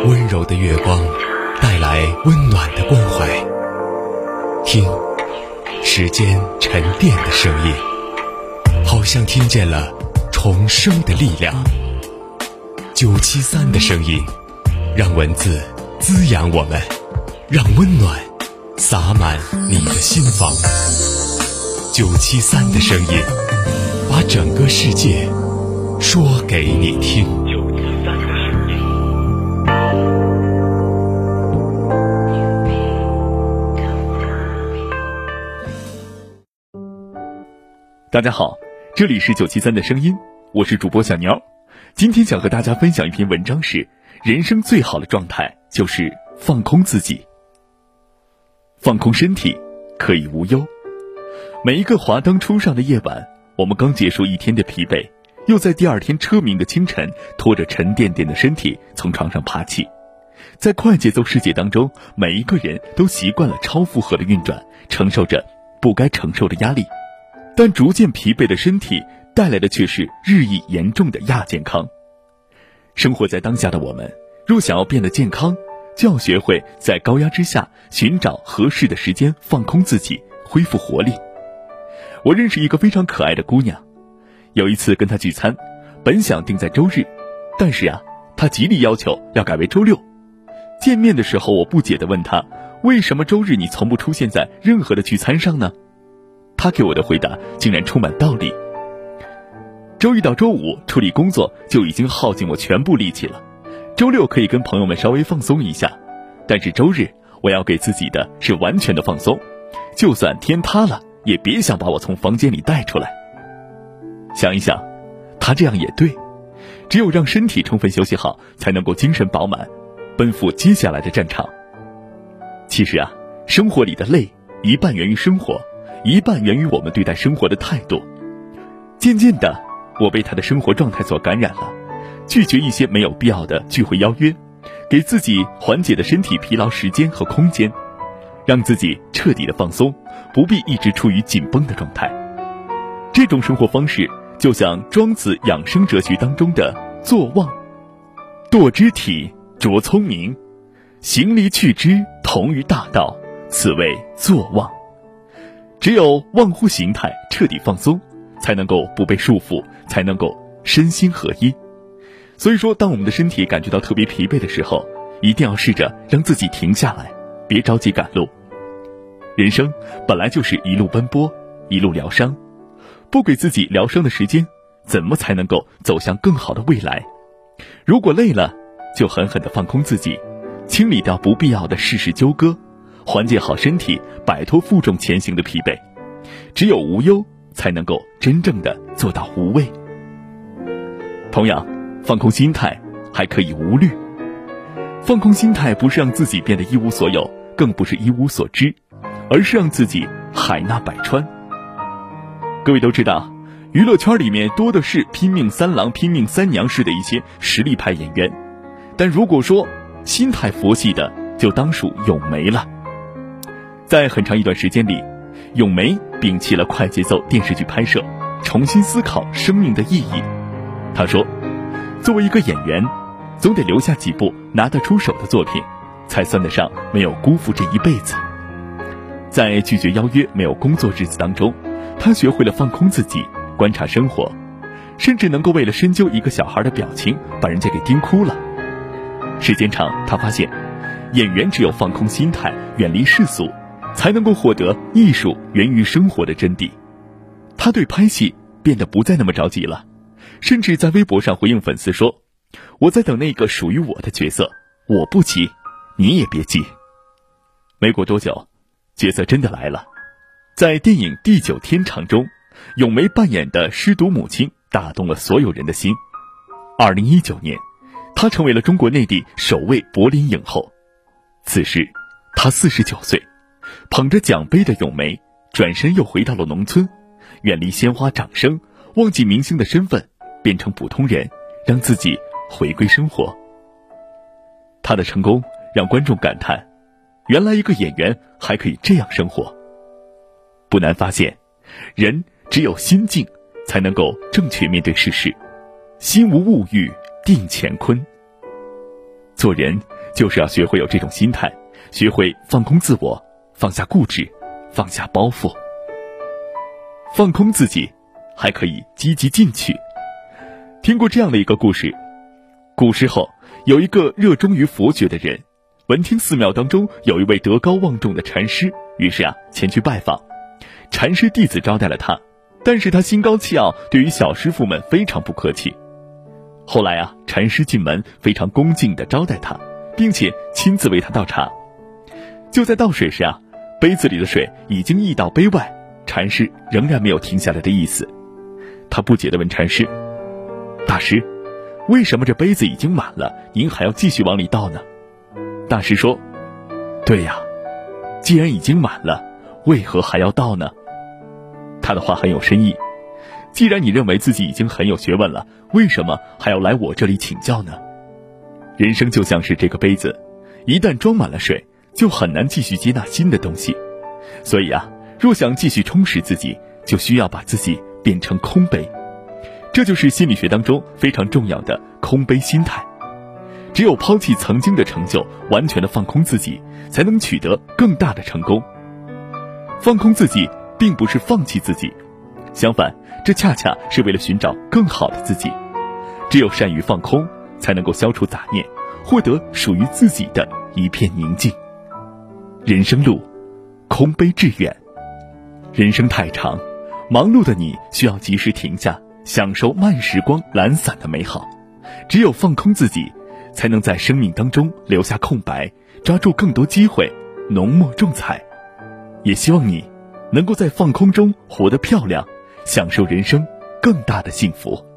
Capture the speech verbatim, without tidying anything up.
温柔的月光带来温暖的关怀，听时间沉淀的声音，好像听见了重生的力量。九七三的声音，让文字滋养我们，让温暖洒满你的心房。九七三的声音，把整个世界说给你听。九七三的声音。 大家好，这里是九七三的声音，我是主播小鸟。今天想和大家分享一篇文章，是人生最好的状态就是放空自己。放空身体可以无忧。每一个华灯初上的夜晚，我们刚结束一天的疲惫，又在第二天车鸣的清晨，拖着沉甸甸的身体从床上爬起。在快节奏世界当中，每一个人都习惯了超负荷的运转，承受着不该承受的压力，但逐渐疲惫的身体带来的却是日益严重的亚健康。生活在当下的我们，若想要变得健康，就要学会在高压之下寻找合适的时间放空自己，恢复活力。我认识一个非常可爱的姑娘，有一次跟她聚餐，本想定在周日，但是啊，她极力要求要改为周六。见面的时候，我不解地问她，为什么周日你从不出现在任何的聚餐上呢？她给我的回答竟然充满道理。周一到周五处理工作就已经耗尽我全部力气了，周六可以跟朋友们稍微放松一下，但是周日我要给自己的是完全的放松，就算天塌了也别想把我从房间里带出来。想一想，他这样也对，只有让身体充分休息好，才能够精神饱满，奔赴接下来的战场。其实啊，生活里的累一半源于生活，一半源于我们对待生活的态度。渐渐的，我被他的生活状态所感染了，拒绝一些没有必要的聚会邀约，给自己缓解的身体疲劳时间和空间，让自己彻底的放松，不必一直处于紧绷的状态。这种生活方式就像庄子养生哲学当中的坐忘，惰肢体，着聪明，行离去之，同于大道，此谓坐忘。只有忘乎形态，彻底放松，才能够不被束缚，才能够身心合一。所以说，当我们的身体感觉到特别疲惫的时候，一定要试着让自己停下来，别着急赶路。人生本来就是一路奔波，一路疗伤，不给自己疗伤的时间，怎么才能够走向更好的未来？如果累了，就狠狠地放空自己，清理掉不必要的事事纠葛，缓解好身体，摆脱负重前行的疲惫。只有无忧，才能够真正的做到无畏。同样，放空心态还可以无虑。放空心态不是让自己变得一无所有，更不是一无所知，而是让自己海纳百川。各位都知道，娱乐圈里面多的是拼命三郎拼命三娘式的一些实力派演员，但如果说心态佛系的，就当属咏梅了。在很长一段时间里，咏梅摒弃了快节奏电视剧拍摄，重新思考生命的意义。她说，作为一个演员，总得留下几部拿得出手的作品，才算得上没有辜负这一辈子。在拒绝邀约没有工作日子当中，她学会了放空自己，观察生活，甚至能够为了深究一个小孩的表情，把人家给盯哭了。时间长，她发现演员只有放空心态，远离世俗，才能够获得艺术源于生活的真谛。他对拍戏变得不再那么着急了，甚至在微博上回应粉丝说，我在等那个属于我的角色，我不急，你也别急。没过多久，角色真的来了。在电影《地久天长》中，咏梅扮演的失独母亲打动了所有人的心。二零一九年，她成为了中国内地首位柏林影后。此时她四十九岁，捧着奖杯的咏梅转身又回到了农村，远离鲜花掌声，忘记明星的身份，变成普通人，让自己回归生活。她的成功让观众感叹，原来一个演员还可以这样生活。不难发现，人只有心静，才能够正确面对世事。心无物欲，定乾坤。做人就是要学会有这种心态，学会放空自我，放下固执，放下包袱。放空自己，还可以积极进取。听过这样的一个故事，古时候有一个热衷于佛学的人，闻听寺庙当中有一位德高望重的禅师，于是啊前去拜访。禅师弟子招待了他，但是他心高气傲，对于小师傅们非常不客气。后来啊，禅师进门非常恭敬地招待他，并且亲自为他倒茶。就在倒水时啊，杯子里的水已经溢到杯外，禅师仍然没有停下来的意思。他不解地问禅师：大师，为什么这杯子已经满了，您还要继续往里倒呢？大师说：对呀，既然已经满了，为何还要倒呢？他的话很有深意，既然你认为自己已经很有学问了，为什么还要来我这里请教呢？人生就像是这个杯子，一旦装满了水，就很难继续接纳新的东西。所以啊，若想继续充实自己，就需要把自己变成空杯。这就是心理学当中非常重要的空杯心态。只有抛弃曾经的成就，完全的放空自己，才能取得更大的成功。放空自己并不是放弃自己，相反，这恰恰是为了寻找更好的自己。只有善于放空，才能够消除杂念，获得属于自己的一片宁静。人生路，空杯致远。人生太长，忙碌的你需要及时停下，享受慢时光懒散的美好。只有放空自己，才能在生命当中留下空白，抓住更多机会，浓墨重彩。也希望你能够在放空中活得漂亮，享受人生更大的幸福。